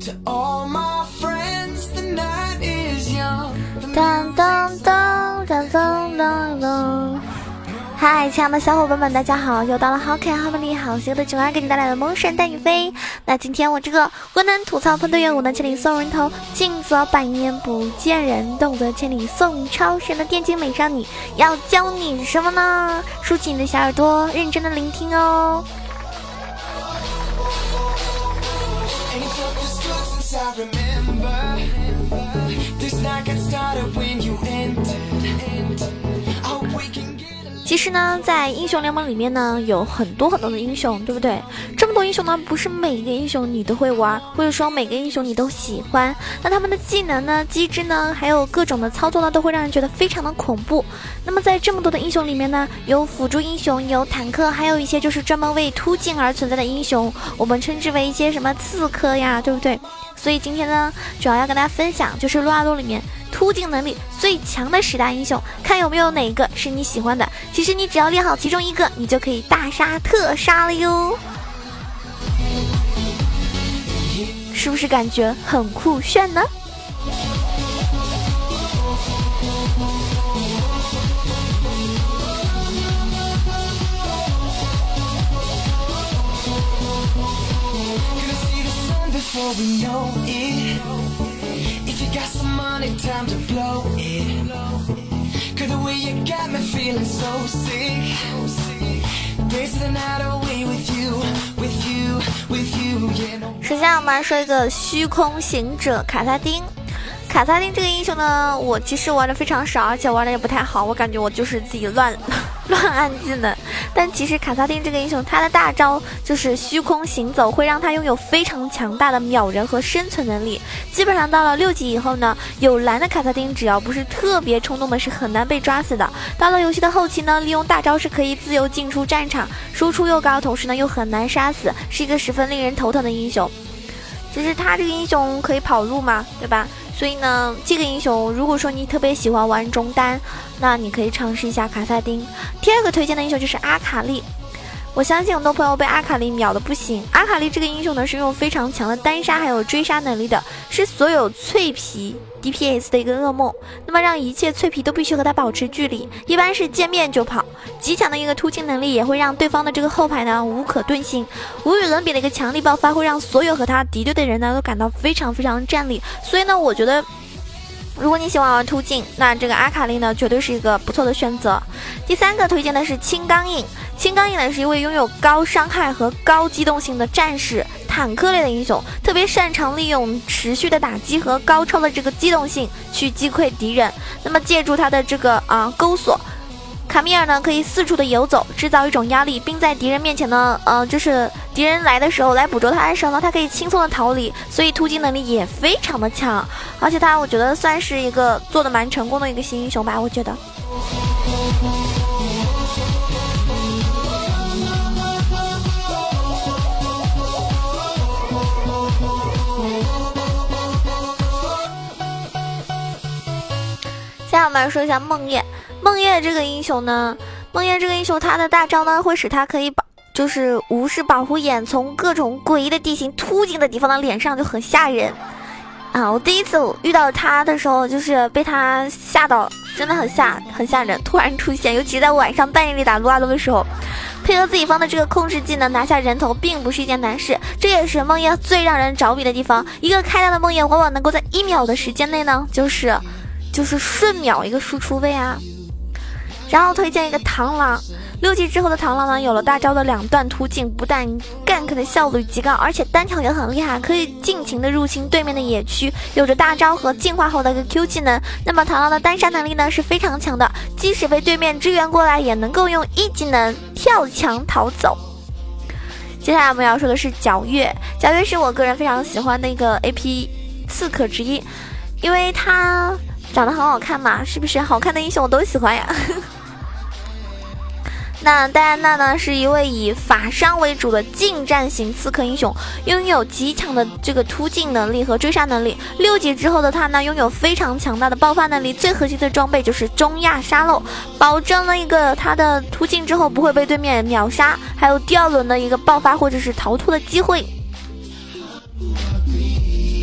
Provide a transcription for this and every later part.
当当当当当当当。嗨，亲爱的小伙伴们，大家好！又到了好可爱、好美丽、好邪恶的囧儿给你带来的萌神带你飞。那今天我这个河南吐槽喷队员，武能千里送人头，静则百年不见人，动则千里送超神的电竞美少女，要教你什么呢？竖起你的小耳朵，认真的聆听哦。其实呢，在英雄联盟里面呢，有很多的英雄，对不对？这么多英雄呢，不是每一个英雄你都会玩，或者说每个英雄你都喜欢。那他们的技能呢、机制呢，还有各种的操作呢，都会让人觉得非常的恐怖。那么在这么多的英雄里面呢，有辅助英雄，有坦克，还有一些就是专门为突进而存在的英雄，我们称之为一些什么刺客呀，对不对？所以今天呢，主要跟大家分享就是撸啊撸里面突进能力最强的10大英雄，看有没有哪个是你喜欢的。其实你只要练好其中一个，你就可以大杀特杀了哟。是不是感觉很酷炫呢？首先我们说一个虚空行者卡萨丁。卡萨丁这个英雄呢，我其实玩的非常少，而且玩的也不太好，我感觉我就是自己乱按技能。但其实卡萨丁这个英雄，他的大招就是虚空行走，会让他拥有非常强大的秒人和生存能力。基本上到了6级以后呢，有蓝的卡萨丁只要不是特别冲动的，是很难被抓死的。到了游戏的后期呢，利用大招是可以自由进出战场，输出又高，同时呢又很难杀死，是一个十分令人头疼的英雄。只是他这个英雄可以跑路嘛，对吧？所以呢，这个英雄如果说你特别喜欢玩中单，那你可以尝试一下卡萨丁。第二个推荐的英雄就是阿卡丽。我相信很多朋友被阿卡丽秒的不行。阿卡丽这个英雄呢，是拥有非常强的单杀还有追杀能力的，是所有脆皮 DPS 的一个噩梦。那么让一切脆皮都必须和他保持距离，一般是见面就跑。极强的一个突进能力也会让对方的这个后排呢无可遁形，无与伦比的一个强力爆发，会让所有和他敌对的人呢都感到非常战栗。所以呢，我觉得如果你喜欢玩突进，那这个阿卡丽呢绝对是一个不错的选择。第三个推荐的是青钢印。青钢印呢是一位拥有高伤害和高机动性的战士坦克类的英雄，特别擅长利用持续的打击和高超的这个机动性去击溃敌人。那么借助他的这个钩索，卡米尔呢可以四处的游走，制造一种压力，并在敌人面前呢就是敌人来的时候来捕捉他的时候呢，他可以轻松的逃离，所以突击能力也非常的强。而且他我觉得算是一个做的蛮成功的一个新英雄吧，我觉得。下面我们说一下梦魇。梦魇这个英雄呢，他的大招呢会使他可以就是无视保护眼，从各种诡异的地形突进的地方的脸上，就很吓人啊！我第一次遇到他的时候，就是被他吓到，真的很吓人，突然出现，尤其是在晚上半夜里打撸啊撸的时候，配合自己方的这个控制技能拿下人头并不是一件难事，这也是梦魇最让人着迷的地方。一个开大的梦魇往往能够在1秒的时间内呢，就是瞬秒一个输出位啊。然后推荐一个螳螂，6级之后的螳螂呢，有了大招的2段突进，不但 gank 的效率极高，而且单挑也很厉害，可以尽情的入侵对面的野区，有着大招和进化后的一个 Q 技能。那么螳螂的单杀能力呢是非常强的，即使被对面支援过来，也能够用1技能跳墙逃走。接下来我们要说的是皎月。皎月是我个人非常喜欢的一个 AP 刺客之一，因为他长得很好看嘛，是不是？好看的英雄我都喜欢呀。那戴安娜呢，是一位以法伤为主的近战型刺客英雄，拥有极强的这个突进能力和追杀能力。6级之后的她呢，拥有非常强大的爆发能力，最核心的装备就是中亚沙漏，保证了一个她的突进之后不会被对面秒杀，还有第2轮的一个爆发或者是逃脱的机会。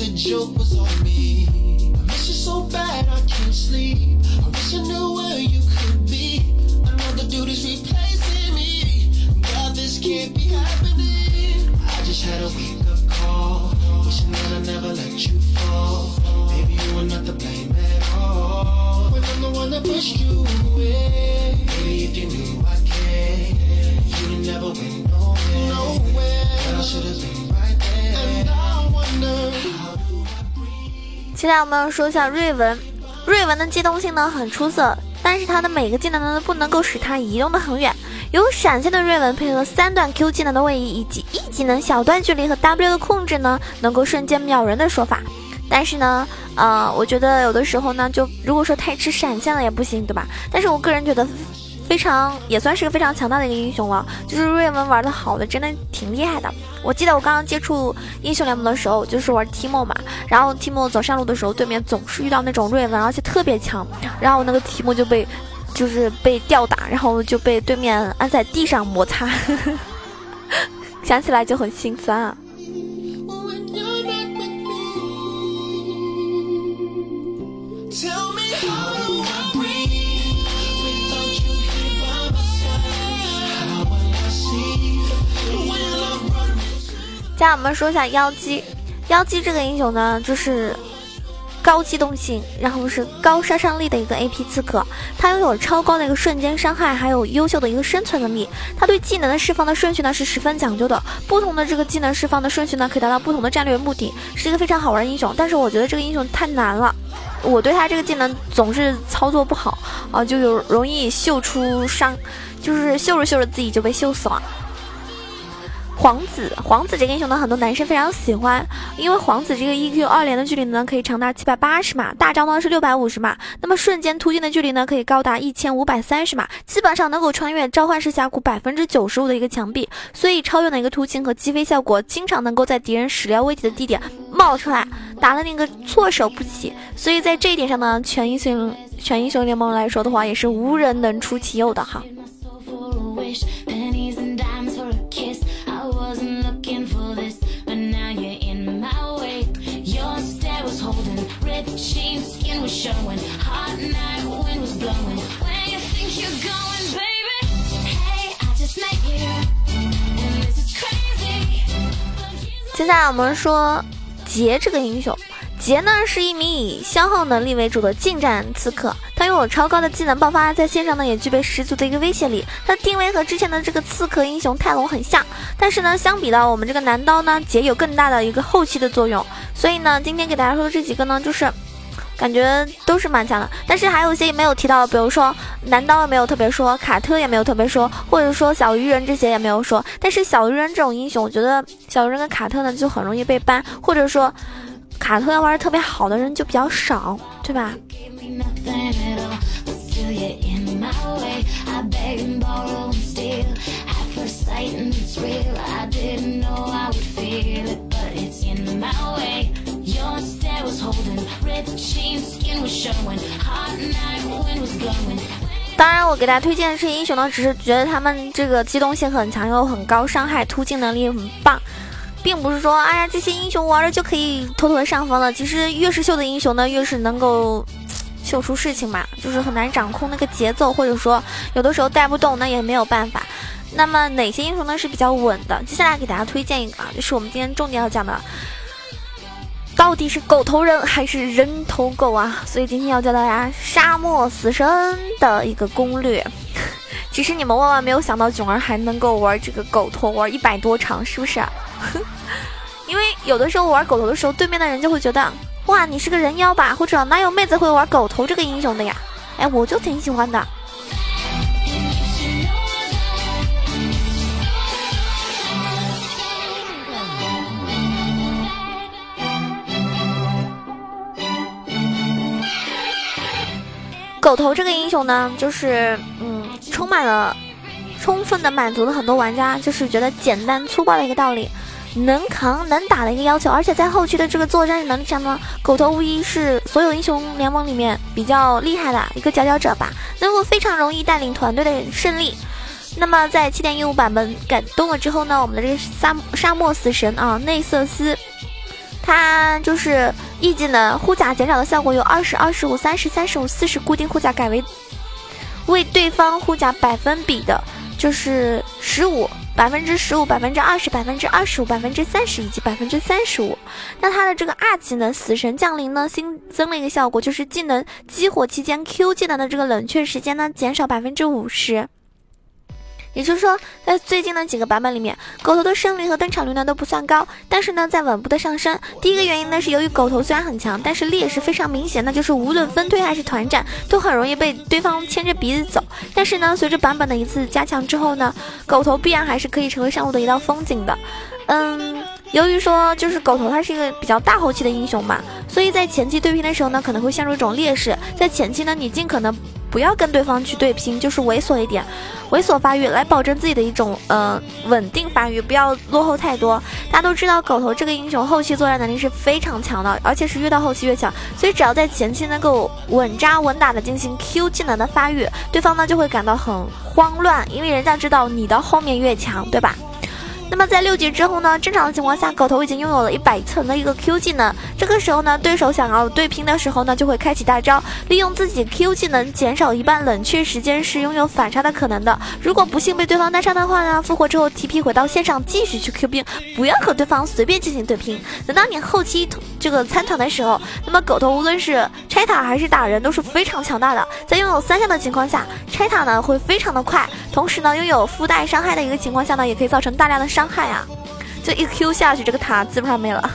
接下来我们说一下瑞文。瑞文的机动性呢很出色，但是他的每个技能呢不能够使他移动的很远。有闪现的瑞文配合3段 Q 技能的位移以及E 技能小段距离和 W 的控制呢，能够瞬间秒人的说法。但是呢我觉得有的时候呢，就如果说太吃闪现了也不行，对吧？但是我个人觉得也算是个非常强大的一个英雄了，就是瑞文玩的好的真的挺厉害的。我记得我刚刚接触英雄联盟的时候，就是玩 Timo 嘛，然后 Timo 走上路的时候，对面总是遇到那种瑞文，而且特别强，然后那个 Timo 就被吊打，然后就被对面按在地上摩擦想起来就很心酸啊。接下来我们说一下妖姬。妖姬这个英雄呢，就是高机动性，然后是高杀伤力的一个 AP 刺客，他拥有超高的一个瞬间伤害，还有优秀的一个生存能力。他对技能的释放的顺序呢是十分讲究的，不同的这个技能释放的顺序呢可以达到不同的战略目的，是一个非常好玩的英雄。但是我觉得这个英雄太难了，我对他这个技能总是操作不好啊，就容易秀出伤，就是秀着秀着自己就被秀死了。皇子这个英雄呢，很多男生非常喜欢，因为皇子这个 EQ 2连的距离呢可以长达780码，大招呢是650码，那么瞬间突进的距离呢可以高达1530码，基本上能够穿越召唤师峡谷95%的一个墙壁，所以超远的一个突进和击飞效果，经常能够在敌人始料未及的地点冒出来，打了那个措手不及。所以在这一点上呢，全英雄联盟来说的话，也是无人能出其右的哈。接下来我们说杰这个英雄。杰呢是一名以消耗能力为主的近战刺客，他拥有超高的技能爆发，在线上呢也具备十足的一个威胁力。他的定位和之前的这个刺客英雄泰隆很像，但是呢相比到我们这个男刀呢，杰有更大的一个后期的作用。所以呢今天给大家说的这几个呢，就是感觉都是蛮强的，但是还有一些也没有提到，比如说男刀也没有特别说，卡特也没有特别说，或者说小鱼人这些也没有说。但是小鱼人这种英雄，我觉得小鱼人跟卡特呢就很容易被ban，或者说卡特要玩的特别好的人就比较少，对吧？当然我给大家推荐的这些英雄呢，只是觉得他们这个机动性很强，又很高伤害，突进能力很棒，并不是说哎呀这些英雄玩了就可以妥妥的上分了。其实越是秀的英雄呢，越是能够秀出事情嘛，就是很难掌控那个节奏，或者说有的时候带不动，那也没有办法。那么哪些英雄呢是比较稳的？接下来给大家推荐一个，就是我们今天重点要讲的，到底是狗头人还是人头狗啊？所以今天要教大家沙漠死神的一个攻略。其实你们万万没有想到囧儿还能够玩这个狗头玩100多场，是不是啊？因为有的时候玩狗头的时候，对面的人就会觉得哇你是个人妖吧，或者哪有妹子会玩狗头这个英雄的呀？哎，我就挺喜欢的。狗头这个英雄呢，就是充分的满足了很多玩家就是觉得简单粗暴的一个道理，能扛能打的一个要求。而且在后期的这个作战能力上呢，狗头无疑是所有英雄联盟里面比较厉害的一个佼佼者吧，能够非常容易带领团队的胜利。那么在 7.15 版本改动了之后呢，我们的这个沙漠死神啊内瑟斯它就是一技能护甲减少的效果有20、25、30、35、40，固定护甲改为对方护甲百分比的，就是15%、15%、20%、25%、30%以及35%。那它的这个二技能死神降临呢，新增了一个效果，就是技能激活期间 Q 技能的这个冷却时间呢减少50%。也就是说，在最近的几个版本里面，狗头的胜率和登场率呢都不算高，但是呢在稳步的上升。第一个原因呢是由于狗头虽然很强，但是劣势非常明显，那就是无论分推还是团战，都很容易被对方牵着鼻子走。但是呢，随着版本的一次加强之后呢，狗头必然还是可以成为上路的一道风景的。由于说就是狗头它是一个比较大后期的英雄嘛，所以在前期对拼的时候呢，可能会陷入一种劣势。在前期呢，你尽可能不要跟对方去对拼，就是猥琐一点，猥琐发育，来保证自己的一种稳定发育，不要落后太多。大家都知道狗头这个英雄后期作战能力是非常强的，而且是越到后期越强，所以只要在前期能够稳扎稳打的进行 Q 技能的发育，对方呢就会感到很慌乱，因为人家知道你的后面越强，对吧？那么在6级之后呢，正常的情况下，狗头已经拥有了100层的一个 Q 技能。这个时候呢，对手想要对拼的时候呢，就会开启大招，利用自己 Q 技能减少一半冷却时间，是拥有反杀的可能的。如果不幸被对方单杀的话呢，复活之后 TP 回到线上继续去 Q 兵，不要和对方随便进行对拼。等到你后期这个参团的时候，那么狗头无论是拆塔还是打人都是非常强大的。在拥有3项的情况下，拆塔呢会非常的快，同时呢拥有附带伤害的一个情况下呢，也可以造成大量的伤害啊。就一 Q 下去，这个塔基本上没了。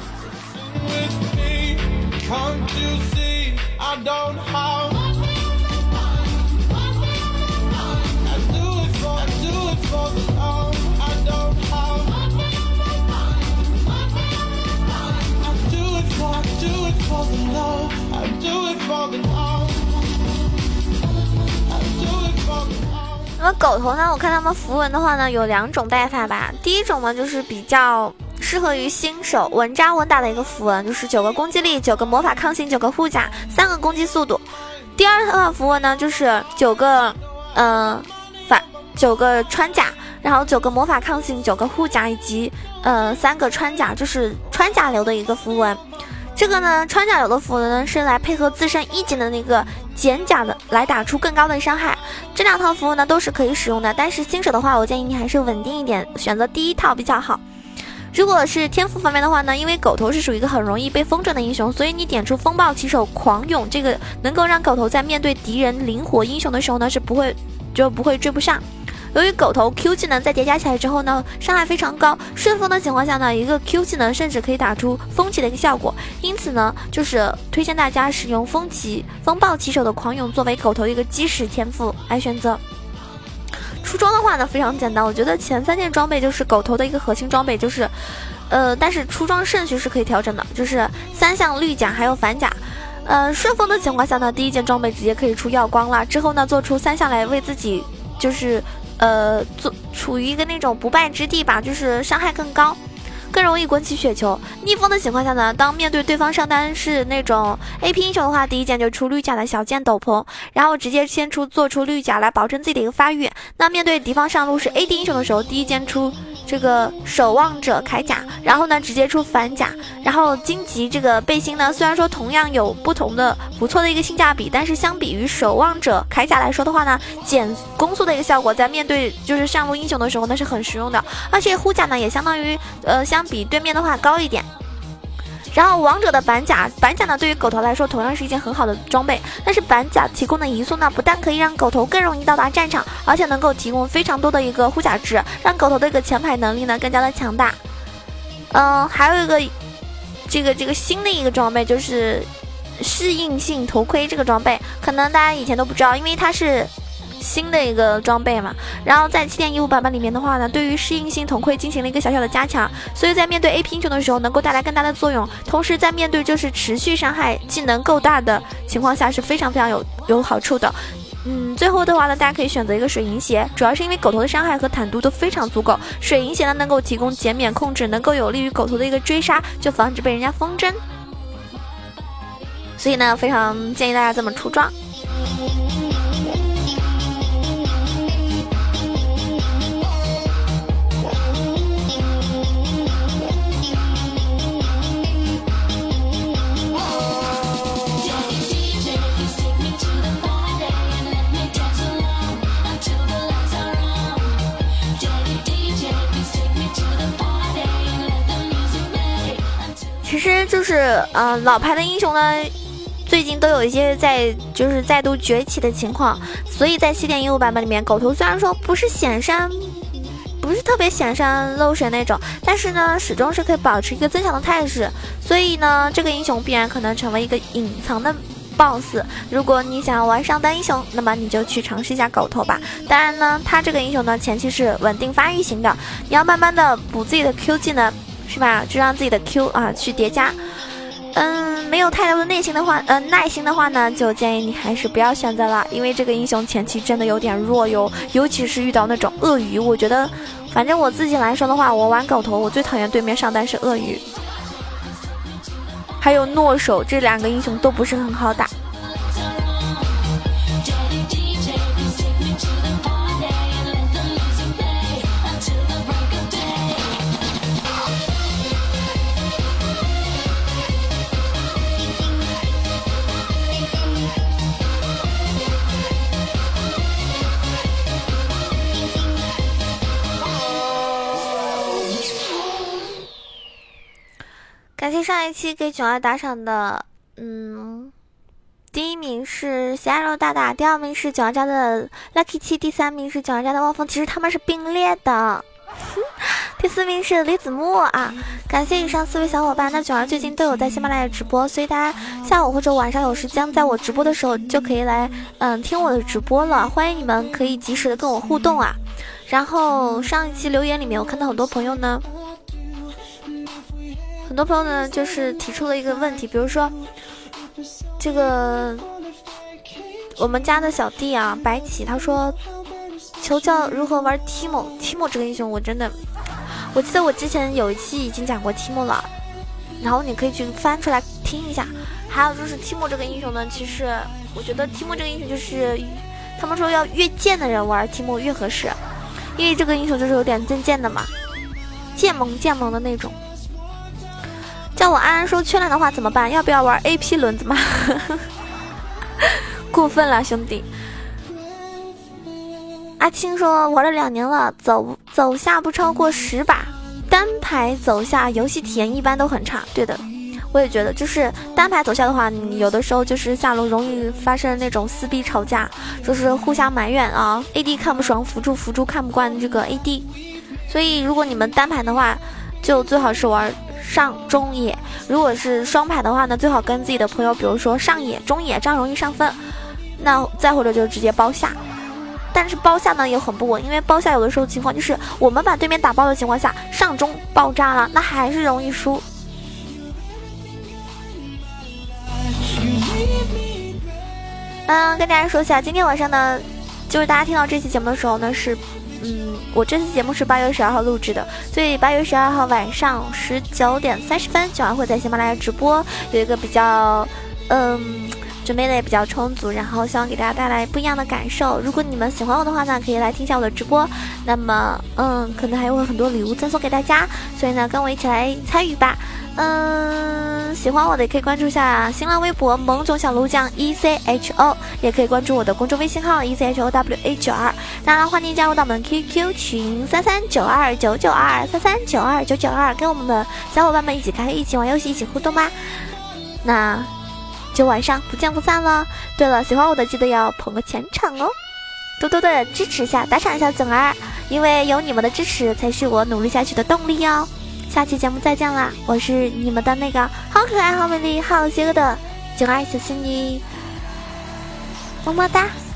那么狗头呢，我看他们符文的话呢，有2种带法吧。第一种呢，就是比较适合于新手稳扎稳打的一个符文，就是9个攻击力、9个魔法抗性、9个护甲、3个攻击速度。第二套符文呢，就是9个9个穿甲，然后9个魔法抗性、9个护甲以及3个穿甲，就是穿甲流的一个符文。这个呢，穿甲流的符文呢是来配合自身1级的那个减甲的，来打出更高的伤害。这2套符文呢都是可以使用的，但是新手的话，我建议你还是稳定一点，选择第一套比较好。如果是天赋方面的话呢，因为狗头是属于一个很容易被风筝的英雄，所以你点出风暴骑手狂涌，这个能够让狗头在面对敌人灵活英雄的时候呢，是不会追不上。由于狗头 Q 技能在叠加起来之后呢，伤害非常高，顺风的情况下呢，一个 Q 技能甚至可以打出风骑的一个效果。因此呢，就是推荐大家使用风暴骑手的狂涌作为狗头一个基石天赋来选择。出装的话呢非常简单，我觉得前3件装备就是狗头的一个核心装备，就是但是出装顺序是可以调整的，就是3项绿甲还有反甲。顺风的情况下呢，第1件装备直接可以出耀光了，之后呢做出3项来为自己就是处于一个那种不败之地吧，就是伤害更高，更容易滚起雪球。逆风的情况下呢，当面对对方上单是那种 AP 英雄的话，第1件就出绿甲的小剑斗篷，然后直接先做出绿甲来保证自己的一个发育。那面对敌方上路是 AD 英雄的时候，第1件出这个守望者铠甲，然后呢直接出反甲。然后荆棘这个背心呢，虽然说同样有不同的不错的一个性价比，但是相比于守望者铠甲来说的话呢，减攻速的一个效果在面对就是上路英雄的时候呢是很实用的，而且护甲呢也相当于相比对面的话高一点。然后王者的板甲呢，对于狗头来说同样是一件很好的装备，但是板甲提供的移速呢，不但可以让狗头更容易到达战场，而且能够提供非常多的一个护甲值，让狗头的一个前排能力呢更加的强大。还有一个这个新的一个装备就是适应性头盔，这个装备可能大家以前都不知道，因为它是新的一个装备嘛，然后在 7.15 版本里面的话呢，对于适应性头盔进行了一个小小的加强，所以在面对 AP 英雄的时候能够带来更大的作用，同时在面对就是持续伤害技能够大的情况下是非常有好处的。最后的话呢，大家可以选择一个水银鞋，主要是因为狗头的伤害和坦度都非常足够，水银鞋呢能够提供减免控制，能够有利于狗头的一个追杀，就防止被人家风筝，所以呢非常建议大家这么出装。 就是老牌的英雄呢，最近都有一些就是再度崛起的情况，所以在7.15版本里面，狗头虽然说不是特别显山露水那种，但是呢始终是可以保持一个增强的态势，所以呢这个英雄必然可能成为一个隐藏的 BOSS。 如果你想要玩上单英雄，那么你就去尝试一下狗头吧。当然呢，他这个英雄呢前期是稳定发育型的，你要慢慢的补自己的 Q 技能，是吧？就让自己的 Q 去叠加。没有太多的耐心的话呢，就建议你还是不要选择了，因为这个英雄前期真的有点弱哟，尤其是遇到那种鳄鱼。我觉得，反正我自己来说的话，我玩狗头，我最讨厌对面上单是鳄鱼，还有诺手，这2个英雄都不是很好打。感谢上一期给囧儿打赏的，第1名是喜爱肉大大，第2名是囧儿家的 Lucky 7，第3名是囧儿家的汪峰，其实他们是并列的。第4名是李子木啊！感谢以上4位小伙伴。那囧儿最近都有在喜马拉雅直播，所以大家下午或者晚上有时间，在我直播的时候就可以来听我的直播了。欢迎你们可以及时的跟我互动啊！然后上一期留言里面，我看到很多朋友呢就是提出了一个问题，比如说这个我们家的小弟啊白起，他说求教如何玩 Timo 这个英雄。我记得我之前有一期已经讲过 Timo 了，然后你可以去翻出来听一下。还有就是 Timo 这个英雄呢，其实我觉得 Timo 这个英雄就是他们说要越贱的人玩 Timo 越合适，因为这个英雄就是有点真贱的嘛，贱萌的那种。叫我安安说缺蓝的话怎么办？要不要玩 AP 轮子吗？过分了兄弟。阿青说玩了2年了，走下不超过10把，单排走下游戏体验一般都很差。对的，我也觉得，就是单排走下的话，你有的时候就是下路容易发生那种撕逼吵架，就是互相埋怨啊 ，AD 看不爽，辅助看不惯这个 AD， 所以如果你们单排的话，就最好是玩上中野。如果是双排的话呢，最好跟自己的朋友，比如说上野、中野，这样容易上分。那再或者就直接包下。但是包下呢也很不稳，因为包下有的时候情况就是我们把对面打爆的情况下，上中爆炸了，那还是容易输。跟大家说一下，今天晚上呢，就是大家听到这期节目的时候呢，是我这期节目是8月12号录制的，所以8月12号晚上19点30分，囧儿会在喜马拉雅直播，有一个比较准备的也比较充足，然后希望给大家带来不一样的感受。如果你们喜欢我的话呢，可以来听一下我的直播，那么可能还有很多礼物赠送给大家，所以呢跟我一起来参与吧。喜欢我的也可以关注一下新浪微博萌种小鹿酱 ECHO， 也可以关注我的公众微信号 ECHOWA92。当然欢迎加入到我们 QQ 群33929923392992，跟我们的小伙伴们一起开，一起玩游戏，一起互动吧。那就晚上不见不散了。对了，喜欢我的记得要捧个前场哦，多多的支持一下，打赏一下囧儿，因为有你们的支持才是我努力下去的动力哦。下期节目再见啦，我是你们的那个好可爱、好美丽、好邪恶的囧儿小仙女，么么哒。